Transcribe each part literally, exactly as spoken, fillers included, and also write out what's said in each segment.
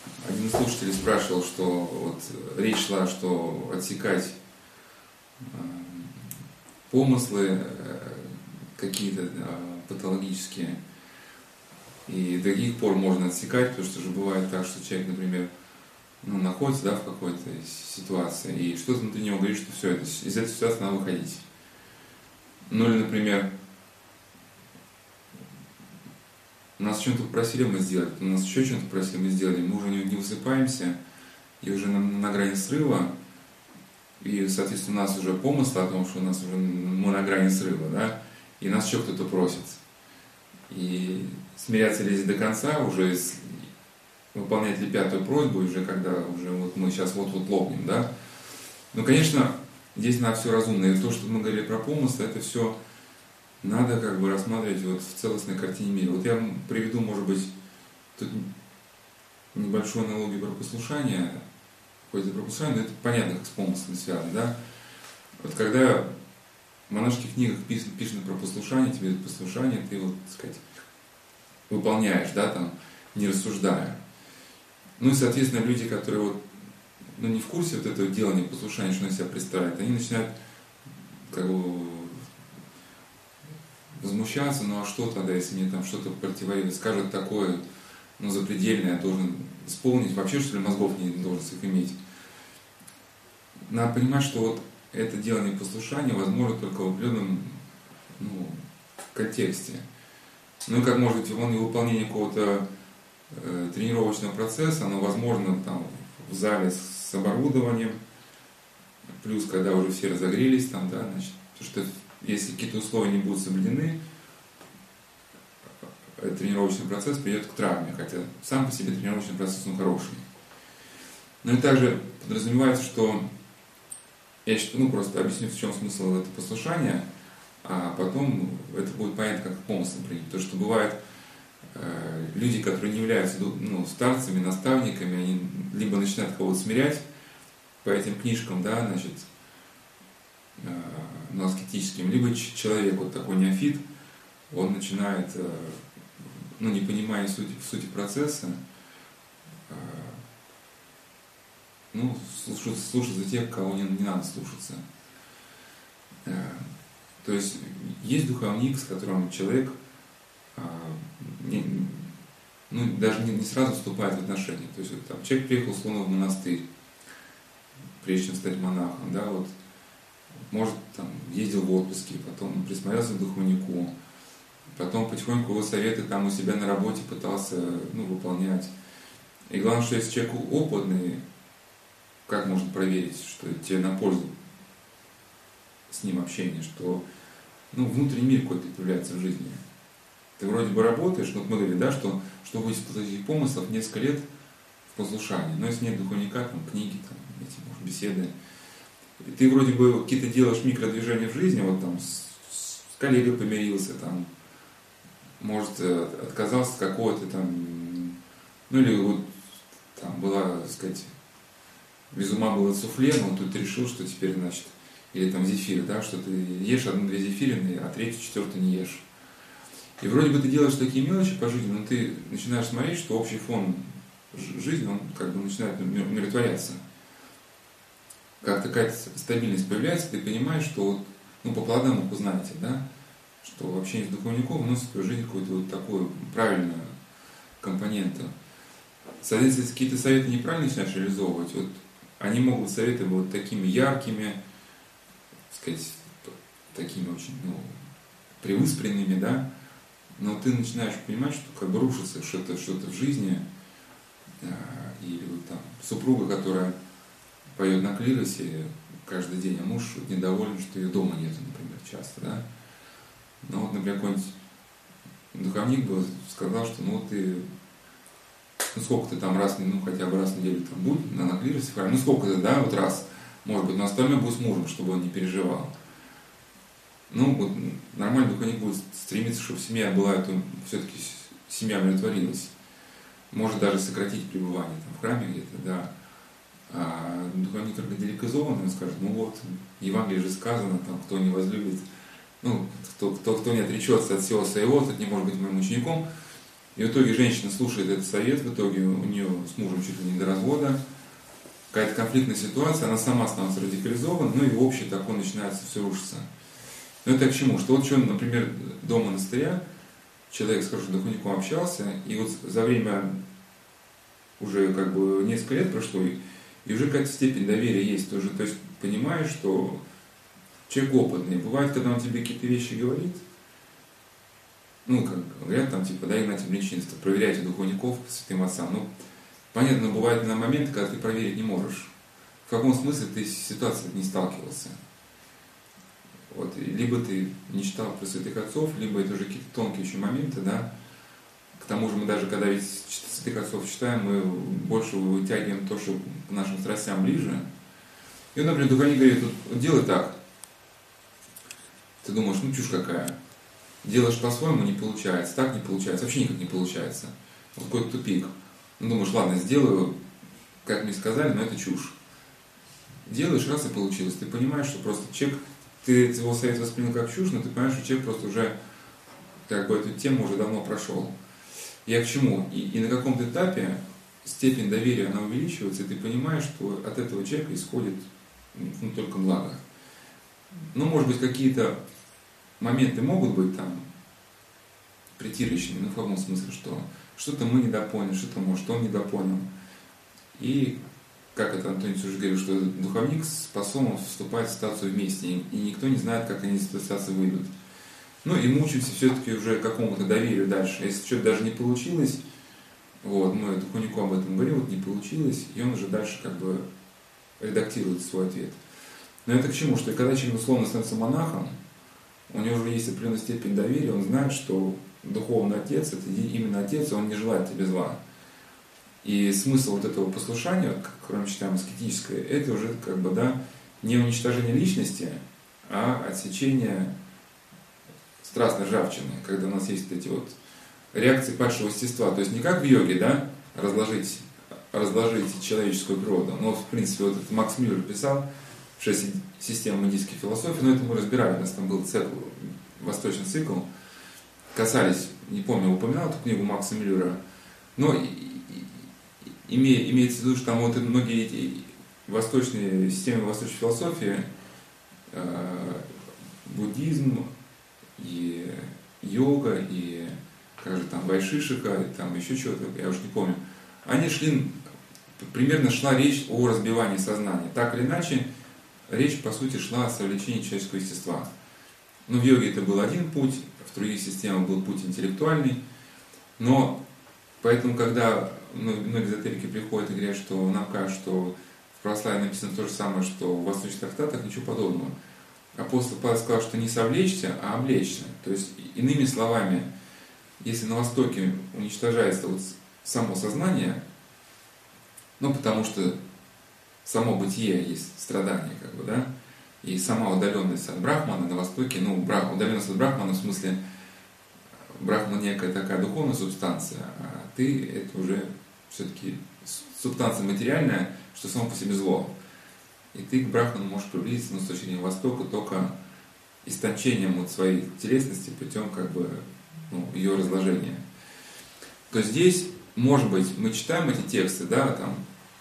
Один из слушателей спрашивал, что вот речь шла, что отсекать э, помыслы э, какие-то э, патологические, и до каких пор можно отсекать, потому что же бывает так, что человек, например, ну, находится, да, в какой-то ситуации, и что-то внутри него говорит, что все, это, из этой ситуации надо выходить. Ну или, например, нас чем-то попросили мы сделать, у нас еще чем-то попросили мы сделали, мы уже не, не высыпаемся, и уже на, на грани срыва, и, соответственно, у нас уже помысл о том, что у нас уже мы на грани срыва, да, и нас еще кто-то просит. И смиряться ли здесь до конца, уже выполнять ли пятую просьбу, уже когда уже вот мы сейчас вот-вот лопнем, да. Ну, конечно, здесь надо все разумно, и то, что мы говорили про помыслы, это все надо как бы рассматривать вот в целостной картине мира. Вот я вам приведу, может быть, тут небольшую аналогию про послушание, хоть это про послушание, но это понятно, как с помыслами связано, да. Вот когда в монашеских книгах пишено про послушание, тебе это послушание, ты вот, так сказать, выполняешь, да, там, не рассуждая. Ну и, соответственно, люди, которые вот, ну, не в курсе вот этого делания послушания, что он из себя представляет, они начинают как бы возмущаться, ну а что тогда, если мне там что-то противоречит, скажут такое, ну, запредельное, я должен исполнить, вообще, что ли, мозгов не должен их иметь. Надо понимать, что вот это делание послушания возможно только в определенном, ну, контексте. Ну и как может быть, он и выполнение какого-то э, тренировочного процесса, оно возможно там в зале с оборудованием, плюс когда уже все разогрелись там, да, значит, потому что если какие-то условия не будут соблюдены, тренировочный процесс приведет к травме, хотя сам по себе тренировочный процесс он хороший. Но и также подразумевается, что я считаю, ну просто объясню, в чем смысл этого послушания, а потом это будет понятно, как помысл принять. Потому что бывает э, люди, которые не являются, ну, старцами, наставниками, они либо начинают кого-то смирять по этим книжкам, да, значит, э, ну, аскетическим, либо человек, вот такой неофит, он начинает, э, ну, не понимая сути, сути процесса, э, ну, слушать, слушать за тех, кого не, не надо слушаться. Э, То есть есть духовник, с которым человек а, не, ну, даже не, не сразу вступает в отношения. То есть вот, там, человек приехал условно в монастырь, прежде чем стать монахом, да, вот, может, там, ездил в отпуске, потом присмотрелся к духовнику, потом потихоньку его советы там у себя на работе пытался, ну, выполнять. И главное, что если человек опытный, как можно проверить, что тебе на пользу с ним общение, что, ну, внутренний мир какой-то появляется в жизни. Ты вроде бы работаешь, но вот мы говорили, да, что чтобы испытать этих помыслов, несколько лет в послушании. Но если нет духовника, там, книги, там, эти, может, беседы, ты вроде бы какие-то делаешь микродвижения в жизни, вот там с, с коллегой помирился, там, может, отказался от какого-то там, ну или вот там была, так сказать, без ума было суфле, но тут решил, что теперь, значит, или там зефир, да, что ты ешь одну-две зефирины, а третью, четвертую не ешь. И вроде бы ты делаешь такие мелочи по жизни, но ты начинаешь смотреть, что общий фон жизни, он как бы начинает умиротворяться. Как такая стабильность появляется, ты понимаешь, что вот, ну, по плодам их узнаете, да, что общение с духовником вносит в твою жизнь какую-то вот такую правильную компоненту. Соответственно, если какие-то советы неправильно начинаешь реализовывать, вот они могут быть советы вот такими яркими, сказать, такими очень, ну, привыспренными, да, но ты начинаешь понимать, что как бы рушится что-то, что-то в жизни, или вот там супруга, которая поет на клиросе каждый день, а муж недоволен, что ее дома нет, например, часто, да. Но вот, например, какой-нибудь духовник бы сказал, что ну ты, ну сколько ты там раз, ну хотя бы раз в неделю там будь на, на клиросе, ну сколько ты, да, вот раз, может быть, но остальное будет с мужем, чтобы он не переживал. Ну, вот нормальный духовник будет стремиться, чтобы семья была, то все-таки семья умиротворилась. Может даже сократить пребывание там, в храме где-то, да. А духовник только деликозованный, он скажет, ну вот, в Евангелии же сказано, там, кто не возлюбит, ну, кто, кто, кто не отречется от всего своего, тот не может быть моим учеником. И в итоге женщина слушает этот совет, в итоге у нее с мужем чуть ли не до развода, какая-то конфликтная ситуация, она сама становится радикализована, ну и в общем такое начинается все рушиться. Но это к чему? Что вот что, например, до монастыря человек с хорошим духовником общался, и вот за время уже как бы несколько лет прошло, и уже какая-то степень доверия есть, ты уже, то есть понимаешь, что человек опытный. Бывает, когда он тебе какие-то вещи говорит, ну, как говорят, там, типа, да, Игнатий Млечинство, проверяйте духовников по святым отцам. Ну, понятно, но бывают на моменты, когда ты проверить не можешь. В каком смысле ты с ситуацией не сталкивался? Вот, либо ты не читал про святых отцов, либо это уже какие-то тонкие еще моменты, да. К тому же мы даже, когда ведь святых отцов читаем, мы больше вытягиваем то, что к нашим страстям ближе. И он, например, духовник говорит, вот, делай так. Ты думаешь, ну чушь какая. Делаешь по-своему, не получается, так не получается, вообще никак не получается. Вот какой-то тупик. Ну, думаешь, ладно, сделаю, как мне сказали, но это чушь. Делаешь, раз и получилось. Ты понимаешь, что просто человек, ты его совет воспринял как чушь, но ты понимаешь, что человек просто уже, как бы, эту тему уже давно прошел. Я к чему? И, и на каком-то этапе степень доверия, она увеличивается, и ты понимаешь, что от этого человека исходит, ну, только благо. Ну, может быть, какие-то моменты могут быть там притирочными, ну, в каком смысле, что что-то мы недопоняли, что-то, может, он недопонял. И, как это Антоний уже говорил, что духовник с посолом вступает в ситуацию вместе, и никто не знает, как они из этой ситуации выйдут. Ну, и мучимся все-таки уже к какому-то доверию дальше. Если что-то даже не получилось, вот, мы духовнику об этом говорим, вот не получилось, и он уже дальше как бы редактирует свой ответ. Но это к чему? Что когда человек условно становится монахом, у него уже есть определенная степень доверия, он знает, что духовный отец, это именно отец, и он не желает тебе зла. И смысл вот этого послушания, кроме считаем аскетическое, это уже как бы, да, не уничтожение личности, а отсечение страстной ржавчины, когда у нас есть эти вот реакции падшего естества. То есть не как в йоге, да, разложить, разложить человеческую природу. Но, в принципе, вот этот Макс Мюллер писал шесть систем индийской философии, но это мы разбирали, у нас там был цикл, восточный цикл, касались, не помню, упоминал эту книгу Макса Мюллера, но име, имеется в виду, что там вот многие эти восточные системы восточной философии, э, буддизм и йога, и как же там Вайшишика, и там еще что-то, я уже не помню, они шли, примерно шла речь о разбивании сознания. Так или иначе, речь, по сути, шла о совлечении человеческого естества. Но в йоге это был один путь, в других системах был путь интеллектуальный. Но поэтому, когда многие эзотерики приходят и говорят, что нам кажется, что в православии написано то же самое, что в восточных трактатах, ничего подобного. Апостол Павел сказал, что не совлечься, а облечься. То есть, иными словами, если на Востоке уничтожается вот само сознание, ну, потому что само бытие есть страдание, как бы, да, и сама удаленность от Брахмана на Востоке, ну, удаленность от Брахмана в смысле, Брахман некая такая духовная субстанция, а ты это уже все-таки субстанция материальная, что само по себе зло. И ты к Брахману можешь приблизиться, ну, с точки зрения Востока, только истончением вот своей телесности путем, как бы, ну, ее разложения. То здесь, может быть, мы читаем эти тексты, да, там,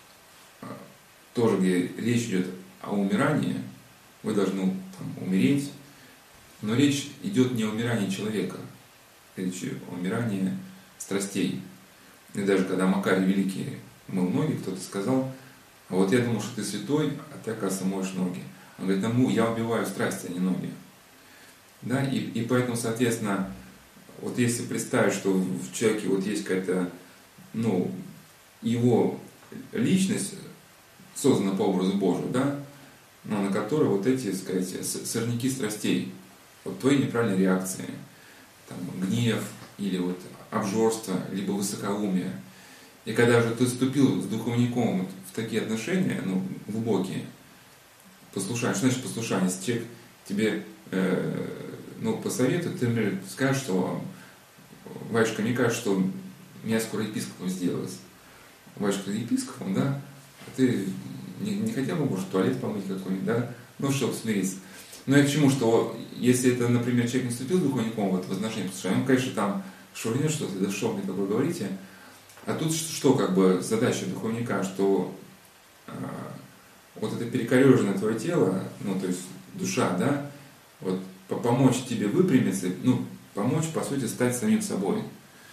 тоже, где речь идет о умирании, вы должны там умереть, но речь идет не о умирании человека, речь о умирании страстей. И даже когда Макарий Великий мыл ноги, кто-то сказал, а вот я думал, что ты святой, а ты, оказывается, моешь ноги. Он говорит, ну, я убиваю страсти, а не ноги. Да? И, и поэтому, соответственно, вот если представить, что в человеке вот есть какая-то, ну, его личность создана по образу Божию, да, но на которой вот эти, так сказать, сорняки страстей, вот твои неправильные реакции, там, гнев или вот обжорство, либо высокоумие. И когда же ты вступил с духовником в такие отношения, ну, глубокие, послушание, что значит послушание? Если человек тебе, э, ну, посоветует, ты, например, скажешь, что Ваечка, мне кажется, что меня скоро епископом сделалось. Ваечка епископом, да? А ты не, не хотел бы, может, туалет помыть какой-нибудь, да? Ну, чтобы смириться. Но я к чему, что если это, например, человек не вступил с духовником в это возношение послушания, он, конечно, там швырнет что-то, да что мне такое говорите. А тут что, как бы, задача духовника, что э, вот это перекореженное твое тело, ну, то есть душа, да, вот помочь тебе выпрямиться, ну, помочь, по сути, стать самим собой.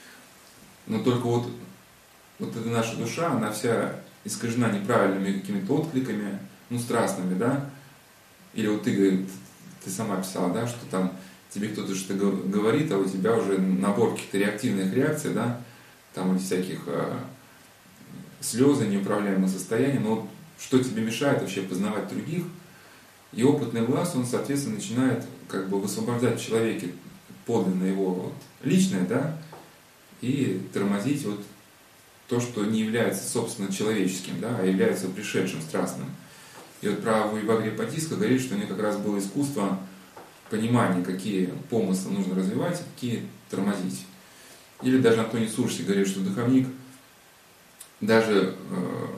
Но только вот, вот эта наша душа, она вся искажена неправильными какими-то откликами, ну, страстными, да, или вот ты, ты сама писала, да, что там тебе кто-то что-то говорит, а у тебя уже набор каких-то реактивных реакций, да, там всяких э, слезы, неуправляемых состояний, но что тебе мешает вообще познавать других, и опытный глаз, он, соответственно, начинает как бы высвобождать в человеке подлинно его вот, личное, да, и тормозить вот то, что не является, собственно, человеческим, да, а является пришедшим, страстным. И вот про Евагрия Патиска говорит, что у него как раз было искусство понимания, какие помыслы нужно развивать, какие тормозить. Или даже Антоний Суржский говорит, что духовник даже э,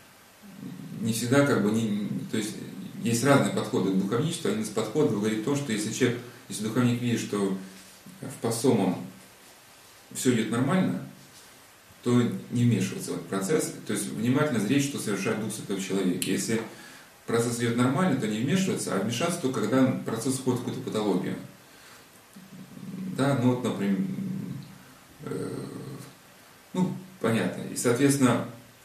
не всегда как бы, не, то есть есть разные подходы к духовничеству. Один из подходов говорит то, что если человек, если духовник видит, что в посомом все идет нормально, то не вмешиваться в этот процесс, то есть внимательно зреть, что совершает Дух Святой в человеке. Если процесс идет нормально, то не вмешиваться, а вмешаться только когда процесс входит в какую-то патологию. Да, ну вот, например, э, ну, понятно. И, соответственно,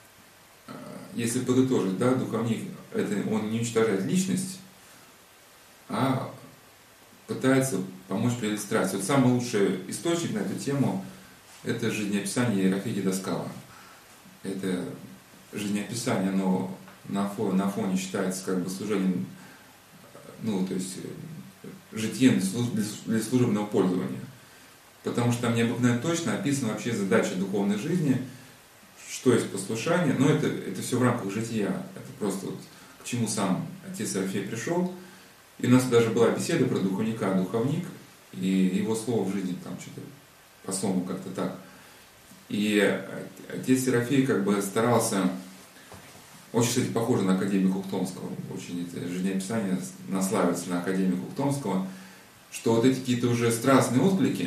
если подытожить, да, духовник, это он не уничтожает личность, а пытается помочь преодолеть страсть. Вот самый лучший источник на эту тему – это жизнеописание Ерофея Дидоскала. Это жизнеописание, оно на фоне, на фоне считается как бы служением, ну, то есть житием для служебного пользования. Потому что там необыкновенно точно описана вообще задача духовной жизни, что есть послушание, но это, это все в рамках жития, это просто вот к чему сам отец Ерофей пришел. И у нас даже была беседа про духовника, духовник, и его слово в жизни там что-то по-своему как-то так. И отец Ерофей как бы старался, очень, кстати, похоже на академика Ухтомского, очень это жизнеописание наславится на академика Ухтомского, что вот эти какие-то уже страстные отклики,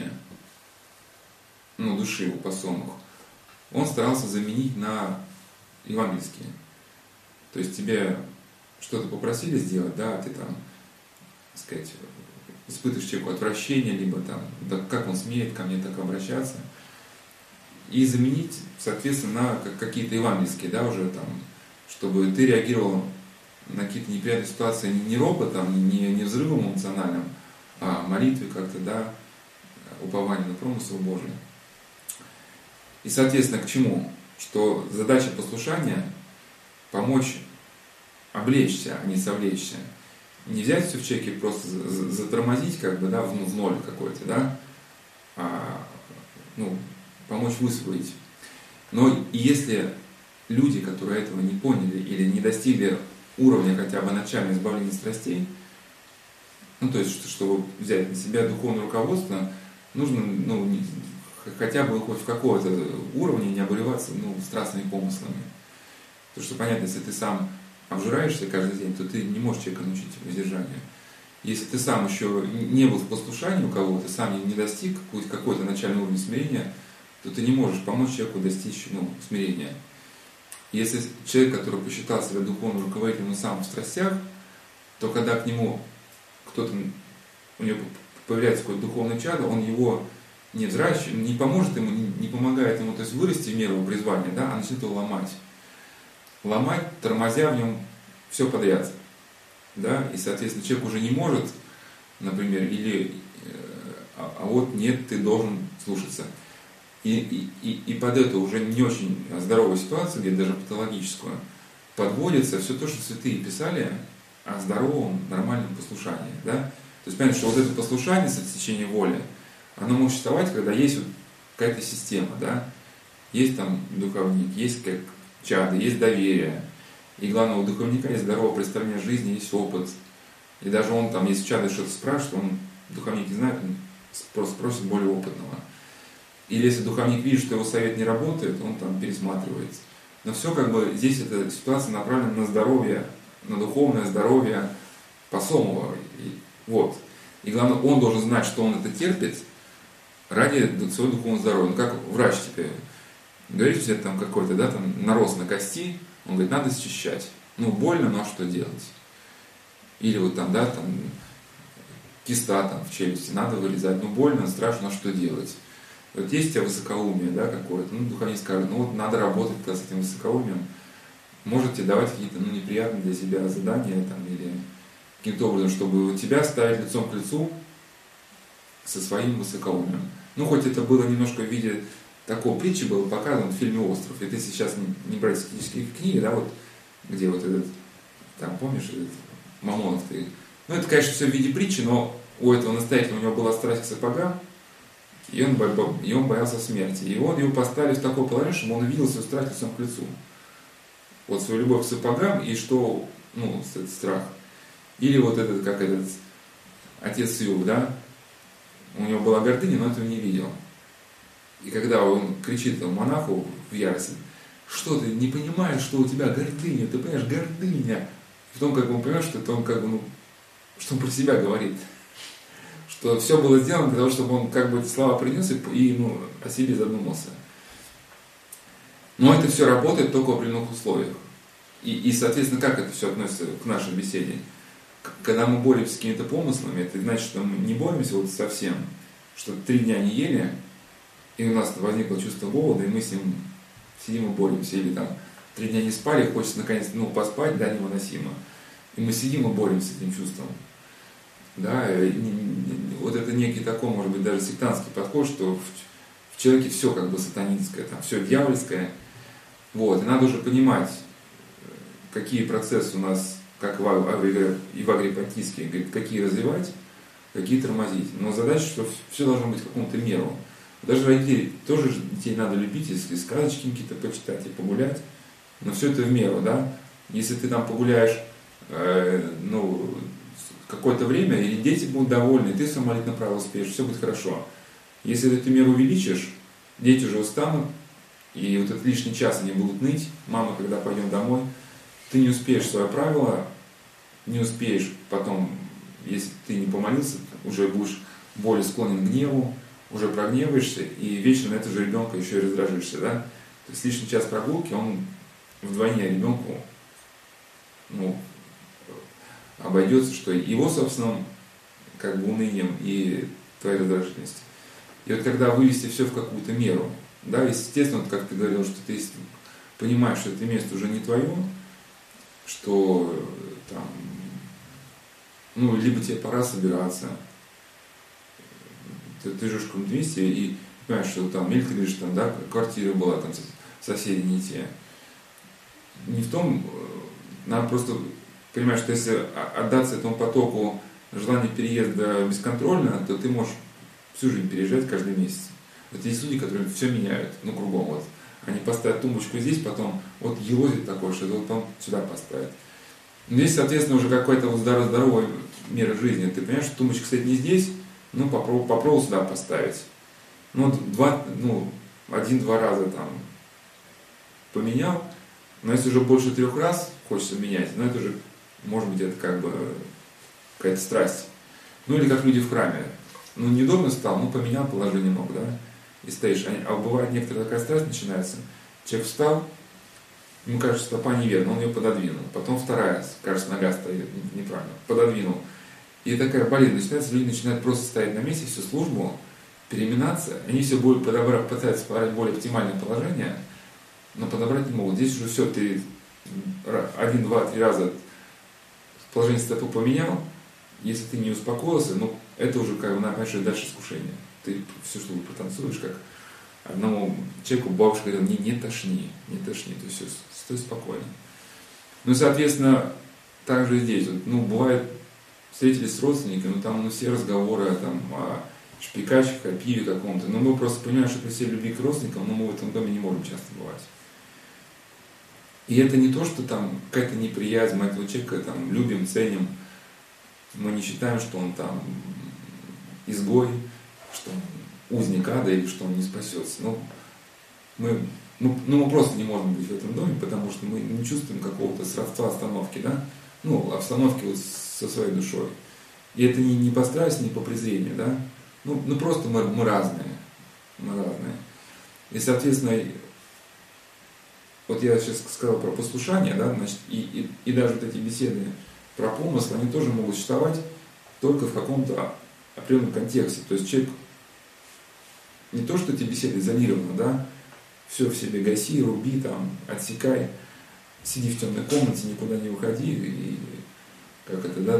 ну, души у посомых, он старался заменить на евангельские. То есть тебе что-то попросили сделать, да, ты там, так сказать, испытываешь человеку отвращение, либо там, да как он смеет ко мне так обращаться, и заменить, соответственно, на какие-то евангельские, да, уже там, чтобы ты реагировал на какие-то неприятные ситуации не ропотом, не, не взрывом эмоциональным, а молитвой как-то, да, упование на промысел Божий. И, соответственно, к чему? Что задача послушания – помочь облечься, а не совлечься. Не взять все в человеке, просто затормозить, как бы, да, в ноль какой-то, да, а, ну, помочь высвоить. Но если люди, которые этого не поняли или не достигли уровня хотя бы начального избавления от страстей, ну, то есть, чтобы взять на себя духовное руководство, нужно, ну, хотя бы хоть в какого-то уровне не обуреваться, ну, страстными помыслами. Потому что, понятно, если ты сам обжираешься каждый день, то ты не можешь человека научить воздержанию. Если ты сам еще не был в послушании у кого-то, сам не достиг какой-то начальный уровень смирения, то ты не можешь помочь человеку достичь, ну, смирения. Если человек, который посчитал себя духовным руководителем, но сам в страстях, то когда к нему кто-то, у него появляется какое-то духовное чадо, он его не взращивает, не поможет ему, не помогает ему, то есть вырасти в меру его призвания, да, а начнет его ломать. Ломать, тормозя в нем все подряд. Да? И, соответственно, человек уже не может, например, или а, а вот нет, ты должен слушаться. И, и, и под эту уже не очень здоровую ситуацию, где даже патологическую, подводится все то, что святые писали о здоровом, нормальном послушании. Да? То есть, понятно, что вот это послушание, сотечение воли, оно может существовать, когда есть вот какая-то система, да? Есть там духовник, есть как чадо, есть доверие. И главное, у духовника есть здоровое представление жизни, есть опыт. И даже он там, если чадо что-то спрашивает, он, духовник не знает, он просто просит более опытного. Или если духовник видит, что его совет не работает, он там пересматривает. Но все как бы здесь эта ситуация направлена на здоровье, на духовное здоровье посомого. И, вот. И главное, он должен знать, что он это терпит, ради своего духовного здоровья. Ну, как врач тебе говорит, что там какой-то, да, там нарост на кости, он говорит, надо счищать. Ну, больно, но что делать? Или вот там, да, там киста там в челюсти, надо вырезать, ну, больно, страшно, что делать? Вот есть у тебя высокоумие, да, какое-то, ну, духовник скажет, ну, вот надо работать с этим высокоумием, можете давать какие-то, ну, неприятные для себя задания, там, или каким-то образом, чтобы тебя ставить лицом к лицу со своим высокоумием. Ну, хоть это было немножко в виде такого притчи, было показано в фильме «Остров». И ты сейчас не брать статистические книги, да, вот, где вот этот, там, помнишь, этот Мамонов, ты... Ну, это, конечно, все в виде притчи, но у этого настоятеля, у него была страсть к сапогам, и он, и он боялся смерти. И он его поставили в такое положение, чтобы он увидел свою страсть лицом к лицу. Вот свою любовь к сапогам, и что, ну, этот страх. Или вот этот, как этот отец Иов, да, у него была гордыня, но этого не видел. И когда он кричит там, монаху в ярости, что ты не понимаешь, что у тебя гордыня, ты понимаешь, гордыня. И потом как бы он понимает, что это он как бы, ну, что он про себя говорит. Что все было сделано для того, чтобы он как бы эти слова принес и, и ну, о себе задумался. Но это все работает только в определенных условиях. И, и, соответственно, как это все относится к нашей беседе? Когда мы боремся с какими-то помыслами, это значит, что мы не боремся вот совсем, что три дня не ели, и у нас возникло чувство голода, и мы с ним сидим и боремся. Или там три дня не спали, хочется наконец ну, поспать, да, невыносимо. И мы сидим и боремся с этим чувством. Да, и, и, вот это некий такой, может быть, даже сектантский подход, что в, в человеке все как бы сатанинское, там все дьявольское. Вот, и надо уже понимать, какие процессы у нас, как в Агриппатийске, говорит, какие развивать, какие тормозить. Но задача, что все должно быть в какому-то меру. Даже родители, тоже детей надо любить, если сказочки какие-то почитать и погулять, но все это в меру, да. Если ты там погуляешь, э, ну, какое-то время, и дети будут довольны, и ты самолет направо успеешь, все будет хорошо. Если ты меру увеличишь, дети уже устанут, и вот этот лишний час они будут ныть, мама, когда пойдем домой, ты не успеешь свое правило, не успеешь потом, если ты не помолился, уже будешь более склонен к гневу, уже прогневаешься, и вечно на этого же ребенка еще и раздражишься, да? То есть лишний час прогулки, он вдвойне ребенку, ну, обойдется, что его собственным как бы унынием и твоей раздражительностью. И вот когда вывести все в какую-то меру, да, естественно, вот как ты говорил, что ты понимаешь, что это место уже не твое, что там, ну, либо тебе пора собираться, ты, ты живешь в каком-то месте и понимаешь, что там, или ты говоришь, там, да, квартира была, там, соседи не те. Не в том, надо просто понимать, что если отдаться этому потоку желания переезда бесконтрольно, то ты можешь всю жизнь переезжать каждый месяц. Вот есть люди, которые все меняют, ну, кругом, вот. Они поставят тумбочку здесь, потом вот елозит такое, что вот потом сюда поставят. Но здесь, соответственно, уже какая-то вот здоровая, здоровая мера жизни. Ты понимаешь, что тумбочка стоит не здесь, ну, попробуй, попробуй сюда поставить. Ну, два, ну, один-два раза там поменял, но если уже больше трех раз хочется менять, ну, это уже, может быть, это как бы какая-то страсть. Ну, или как люди в храме. Ну, неудобно стал, ну, поменял положение ног, да, и стоишь. А бывает некоторая такая страсть начинается. Человек встал, ему кажется, стопа неверно, он ее пододвинул. Потом вторая, кажется, нога стоит неправильно, пододвинул. И такая болезнь начинается, люди начинают просто стоять на месте, всю службу, переминаться. Они все будут подобрать, пытаются подобрать более оптимальное положение, но подобрать не могут. Здесь уже все, ты один, два, три раза положение стопы поменял, если ты не успокоился, ну, это уже как бы начинает дальше искушение. Ты всю службу протанцуешь, как одному человеку бабушка говорила, не, не тошни, не тошни, то есть все, стой спокойно. Ну, соответственно, так же и здесь. Вот, ну, бывает, встретились с родственниками, ну, там, ну, все разговоры там, о шпикачках, о пиве каком-то, но мы просто понимаем, что при всей любви к родственникам, но мы в этом доме не можем часто бывать. И это не то, что там какая-то неприязнь, мы этого человека там любим, ценим, мы не считаем, что он там изгой, что он узник ада или что он не спасется. Но мы, ну, ну, мы просто не можем быть в этом доме, потому что мы не чувствуем какого-то сродства остановки, да? Ну, обстановки вот со своей душой. И это не, не по страсти, не по презрению, да? Ну, ну просто мы, мы разные. на разные. И, соответственно, вот я сейчас сказал про послушание, да, значит, и, и, и даже вот эти беседы про помысл, они тоже могут существовать только в каком-то определенном контексте. То есть человек не то, что эти беседы изолированы, да, все в себе гаси, руби, там, отсекай, сиди в темной комнате, никуда не выходи, и как это, да,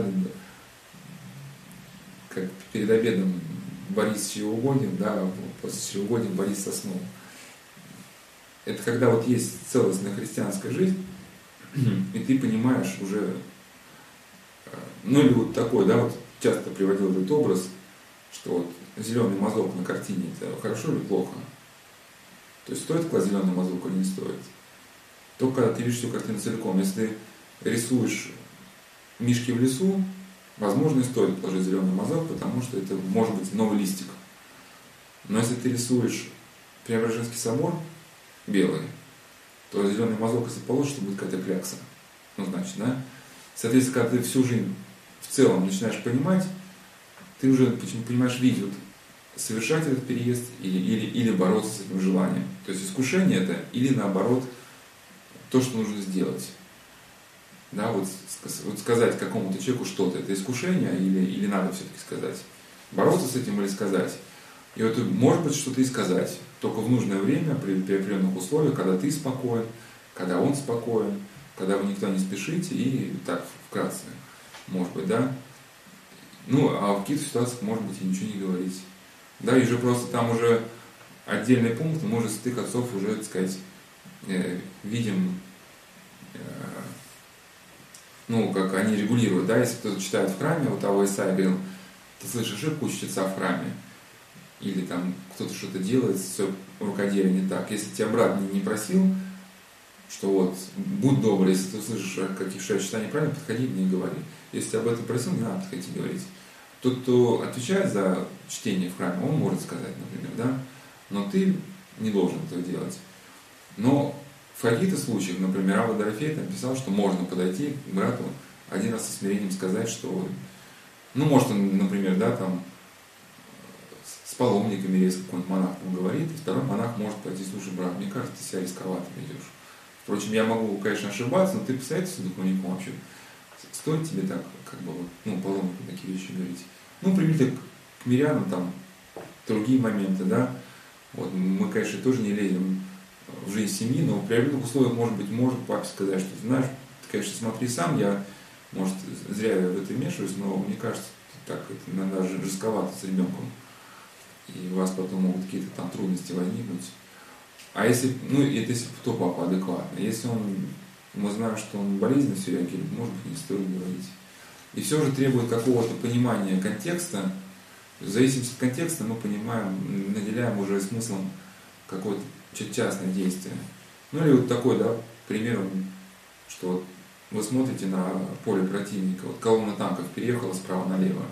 как перед обедом Борис чревоугоден, да, после чревоугоден Борис соснул. Это когда вот есть целостная христианская жизнь, и ты понимаешь уже, ну или вот такой, да, вот часто приводил этот образ, что вот зеленый мазок на картине, это хорошо или плохо? То есть стоит класть зеленый мазок или не стоит? Только когда ты видишь всю картину целиком. Если ты рисуешь мишки в лесу, возможно, и стоит положить зеленый мазок, потому что это может быть новый листик. Но если ты рисуешь Преображенский собор белый, то зеленый мазок, если положишь, то будет какая-то клякса. Ну, значит, да? Соответственно, когда ты всю жизнь в целом начинаешь понимать, ты уже понимаешь, видеть, совершать этот переезд или, или, или бороться с этим желанием. То есть искушение это или наоборот то, что нужно сделать. Да, вот, вот сказать какому-то человеку что-то, это искушение или, или надо все-таки сказать. Бороться с этим или сказать. И вот может быть что-то и сказать, только в нужное время, при, при определенных условиях, когда ты спокоен, когда он спокоен, когда вы никто не спешите, и так вкратце, может быть, да. Ну, а в каких-то ситуациях, может быть, и ничего не говорить. Да, и же просто там уже отдельный пункт, мы уже святых отцов уже, так сказать, э, видим, э, ну, как они регулируют, да, если кто-то читает в храме, вот того Исаия говорил, ты слышишь ошибку чтеца в храме, или там кто-то что-то делает, все рукоделие не так. Если тебя брат не, не просил, что вот, будь добрый, если ты слышишь, какие что я читаю неправильно, подходи мне и говори. Если ты об этом просил, не надо подходить и говорить. Тот, кто отвечает за чтение в храме, он может сказать, например, да, но ты не должен этого делать. Но в каких-то случаях, например, Авва Дорофей написал, что можно подойти к брату один раз со смирением сказать, что, ну, может он, например, да, там, с паломниками резко какой-нибудь монах ему говорит, и второй монах может пойти, слушай, брат, мне кажется, ты себя рисковато ведешь. Впрочем, я могу, конечно, ошибаться, но ты посоветуйся с духовником вообще. Стоит тебе так, как бы, вот, ну, паломнику такие вещи говорить. Ну, примите к, к мирянам там другие моменты, да. Вот, мы, конечно, тоже не лезем в жизнь семьи, но при определенных условиях, может быть, может папе сказать, что ты знаешь, ты, конечно, смотри сам, я, может, зря в это вмешиваюсь, но мне кажется, так, это иногда жестковато с ребенком. И у вас потом могут какие-то там трудности возникнуть. А если, ну, это если то папа адекватно. Если он, мы знаем, что он болезненно все реагирует, может быть, не стоит говорить. И все же требует какого-то понимания контекста. В зависимости от контекста мы понимаем, наделяем уже смыслом какое-то частное действие. Ну или вот такой, да, пример, что вот вы смотрите на поле противника, вот колонна танков переехала справа налево.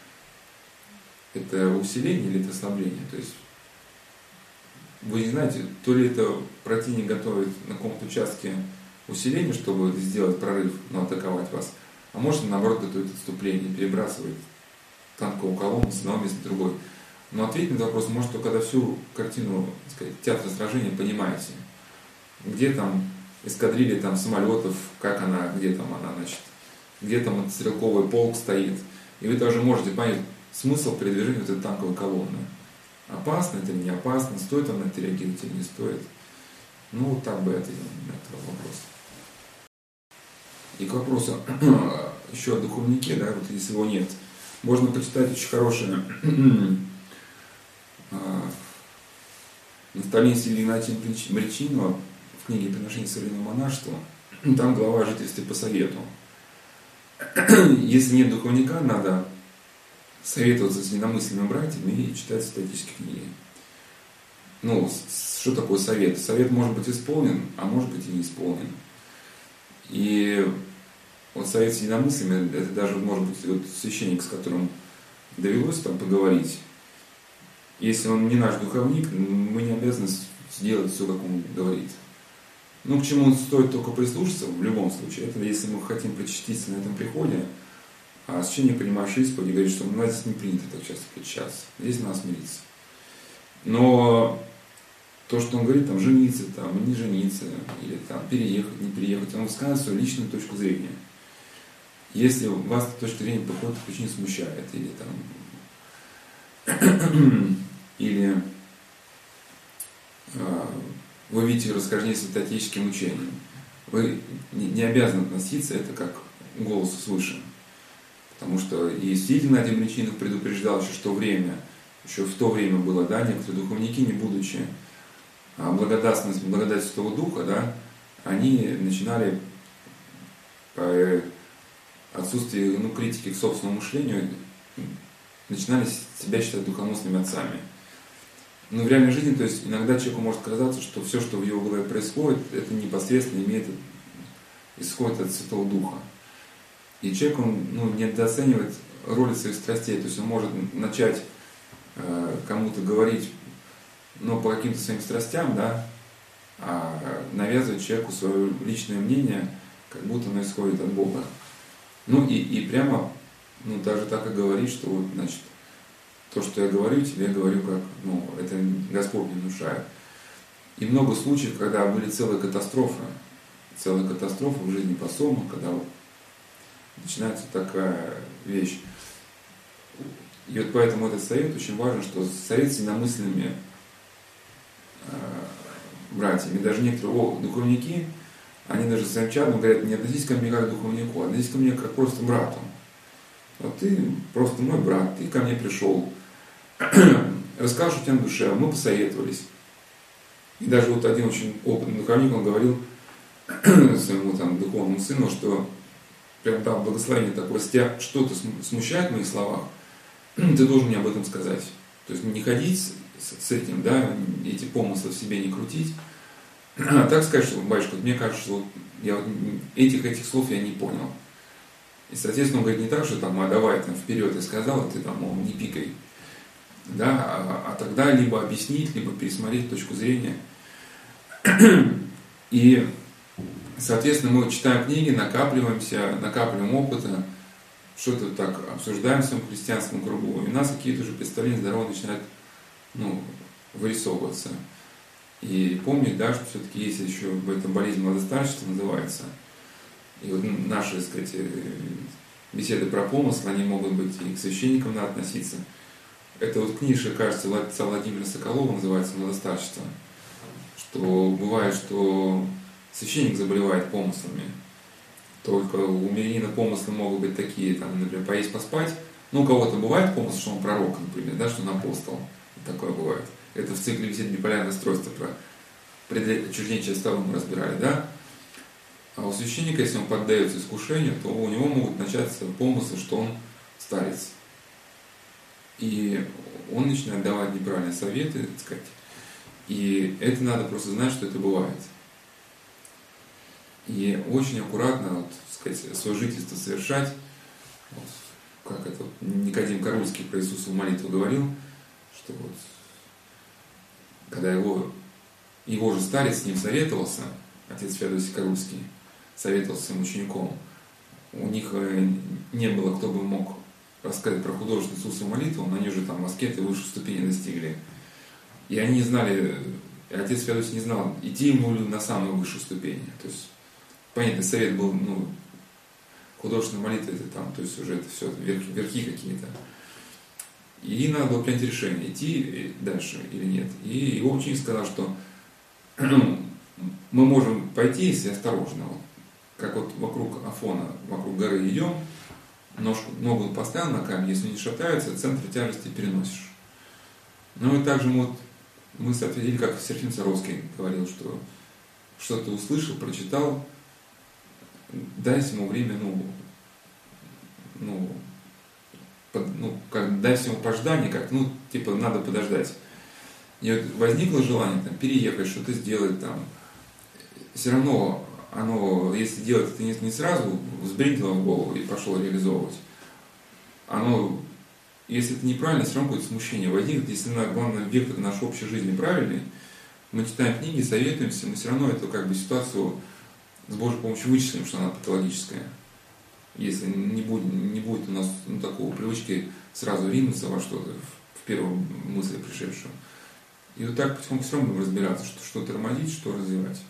Это усиление или это ослабление? То есть вы не знаете, то ли это противник готовит на каком-то участке усиление, чтобы сделать прорыв, но атаковать вас, а может наоборот готовит отступление, перебрасывает танковую колонну с одного места в другой. Но ответить на этот вопрос может только когда всю картину, так сказать, театра сражения понимаете. Где там эскадрилья там, самолетов, как она, где там она, значит, где там стрелковый полк стоит. И вы тоже можете понять смысл передвижения вот этой танковой колонны. Опасно это или не опасно, стоит он на это реагировать или не стоит. Ну, вот так бы я ответил на этот вопрос. И к вопросу еще о духовнике, да, вот если его нет, можно почитать очень хорошее наставление Сергия Игнатьевича Бричинова в книге «Приношение современного монашества». Там глава о жительстве по совету. Если нет духовника, надо советоваться с недомысленными братьями и читать статические книги. Ну, что такое совет? Совет может быть исполнен, а может быть и не исполнен. И вот совет с единомыслями, это даже может быть вот священник, с которым довелось там поговорить. Если он не наш духовник, мы не обязаны сделать все, как он говорит. Ну, к чему стоит только прислушаться, в любом случае, это если мы хотим причаститься на этом приходе, а священник, принимающий исповедь, говорит, что у нас здесь не принято так часто причащаться, здесь надо смириться. Но то, что он говорит, там, жениться, там, не жениться, или там, переехать, не переехать, он высказывает свою личную точку зрения. Если вас эта точка зрения по какой-то причине смущает, или там, или э, вы видите расхождение с святоотеческим учением, вы не, не обязаны относиться это как к голосу свыше. Потому что и святитель Игнатий Млечинов предупреждал еще, что время, еще в то время было, да, некоторые духовники, не будучи благодатность, благодать Святого Духа, да, они начинали по отсутствии, ну, критики к собственному мышлению, начинали себя считать духоносными отцами. Но в реальной жизни, то есть иногда человеку может казаться, что все, что в его голове происходит, это непосредственно имеет, исходит от Святого Духа. И человек, он, ну, недооценивает роли своих страстей, то есть он может начать э, кому-то говорить, но по каким-то своим страстям, да, а навязывать человеку свое личное мнение, как будто оно исходит от Бога. Ну и, и прямо, ну, даже так и говорить, что вот, значит, то, что я говорю, тебе я говорю, как, ну, это Господь мне внушает. И много случаев, когда были целые катастрофы, целые катастрофы в жизни посома, когда вот начинается такая вещь. И вот поэтому этот совет очень важен, что совет с единомысленными э, братьями. Даже некоторые о, духовники, они даже своим чадом говорят, не относись ко мне как к духовнику, а относись ко мне как просто брату. Вот ты просто мой брат, ты ко мне пришел, рассказал, что у тебя на душе, мы посоветовались. И даже вот один очень опытный духовник, он говорил своему там духовному сыну, что прям там благословение такое, если тебя что-то смущает в моих словах, ты должен мне об этом сказать. То есть не ходить с, с этим, да, эти помыслы в себе не крутить. А так сказать, что, батюшка, мне кажется, что я вот этих, этих слов я не понял. И, соответственно, он говорит не так, что там, а давай там вперед я сказал, а ты там, мол, не пикай. Да, а, а тогда либо объяснить, либо пересмотреть точку зрения. И, соответственно, мы читаем книги, накапливаемся, накапливаем опыта, что-то так обсуждаем в своем христианском кругу, и у нас какие-то уже представления здоровые начинают, ну, вырисовываться. И помнить, да, что все-таки есть еще в этом болезнь младостарчества называется. И вот наши, так сказать, беседы про помыслы, они могут быть и к священникам надо относиться. Это вот книжка, кажется, отца Владимира Соколова называется «Младостарчество», что бывает, что священник заболевает помыслами. Только у мирянина помыслы могут быть такие, там, например, поесть, поспать. Ну, у кого-то бывает помысл, что он пророк, например, да, что он апостол. Такое бывает. Это в цикле «Бесед биполярное расстройство» про отчуждение через столу мы разбирали, да? А у священника, если он поддается искушению, то у него могут начаться помыслы, что он старец. И он начинает давать неправильные советы, так сказать. И это надо просто знать, что это бывает. И очень аккуратно, вот, так сказать, свое жительство совершать. Вот, как это Никодим Карульский про Иисуса в молитву говорил, что вот, когда его, его же старец с ним советовался, отец Феодосий Карульский, советовался своим учеником, у них не было, кто бы мог рассказать про художественную Иисусову молитву, но они уже там аскеты высшей ступени достигли. И они не знали, и отец Феодосий не знал, идти ему на самую высшую ступень. То есть, понятно, совет был, ну, художественная молитва, это там, то есть уже это все, верхи, верхи какие-то. И надо было принять решение, идти дальше или нет. И его ученик сказал, что ну, мы можем пойти, если осторожно, вот, как вот вокруг Афона, вокруг горы идем, ножку, ногу поставил на камень, если не шатается, центр тяжести переносишь. Ну и также мы, вот, мы соответственно, как Серафим Саровский говорил, что что-то услышал, прочитал, дай ему время, ну, ну, под, ну, как, дай ему пождание, как, ну, типа, надо подождать. И вот возникло желание там переехать, что-то сделать там. Все равно оно, если делать это не, не сразу, взбрендило в голову и пошло реализовывать, оно, если это неправильно, все равно какое-то смущение возникнет. Если, главное, вектор нашей общей жизни правильный, мы читаем книги, советуемся, мы все равно эту как бы ситуацию с Божьей помощью вычислим, что она патологическая. Если не будет, не будет у нас, ну, такого привычки сразу ринуться во что-то, в первую мысль пришедшую. И вот так потихоньку все равно будем разбираться, что, что тормозить, что развивать.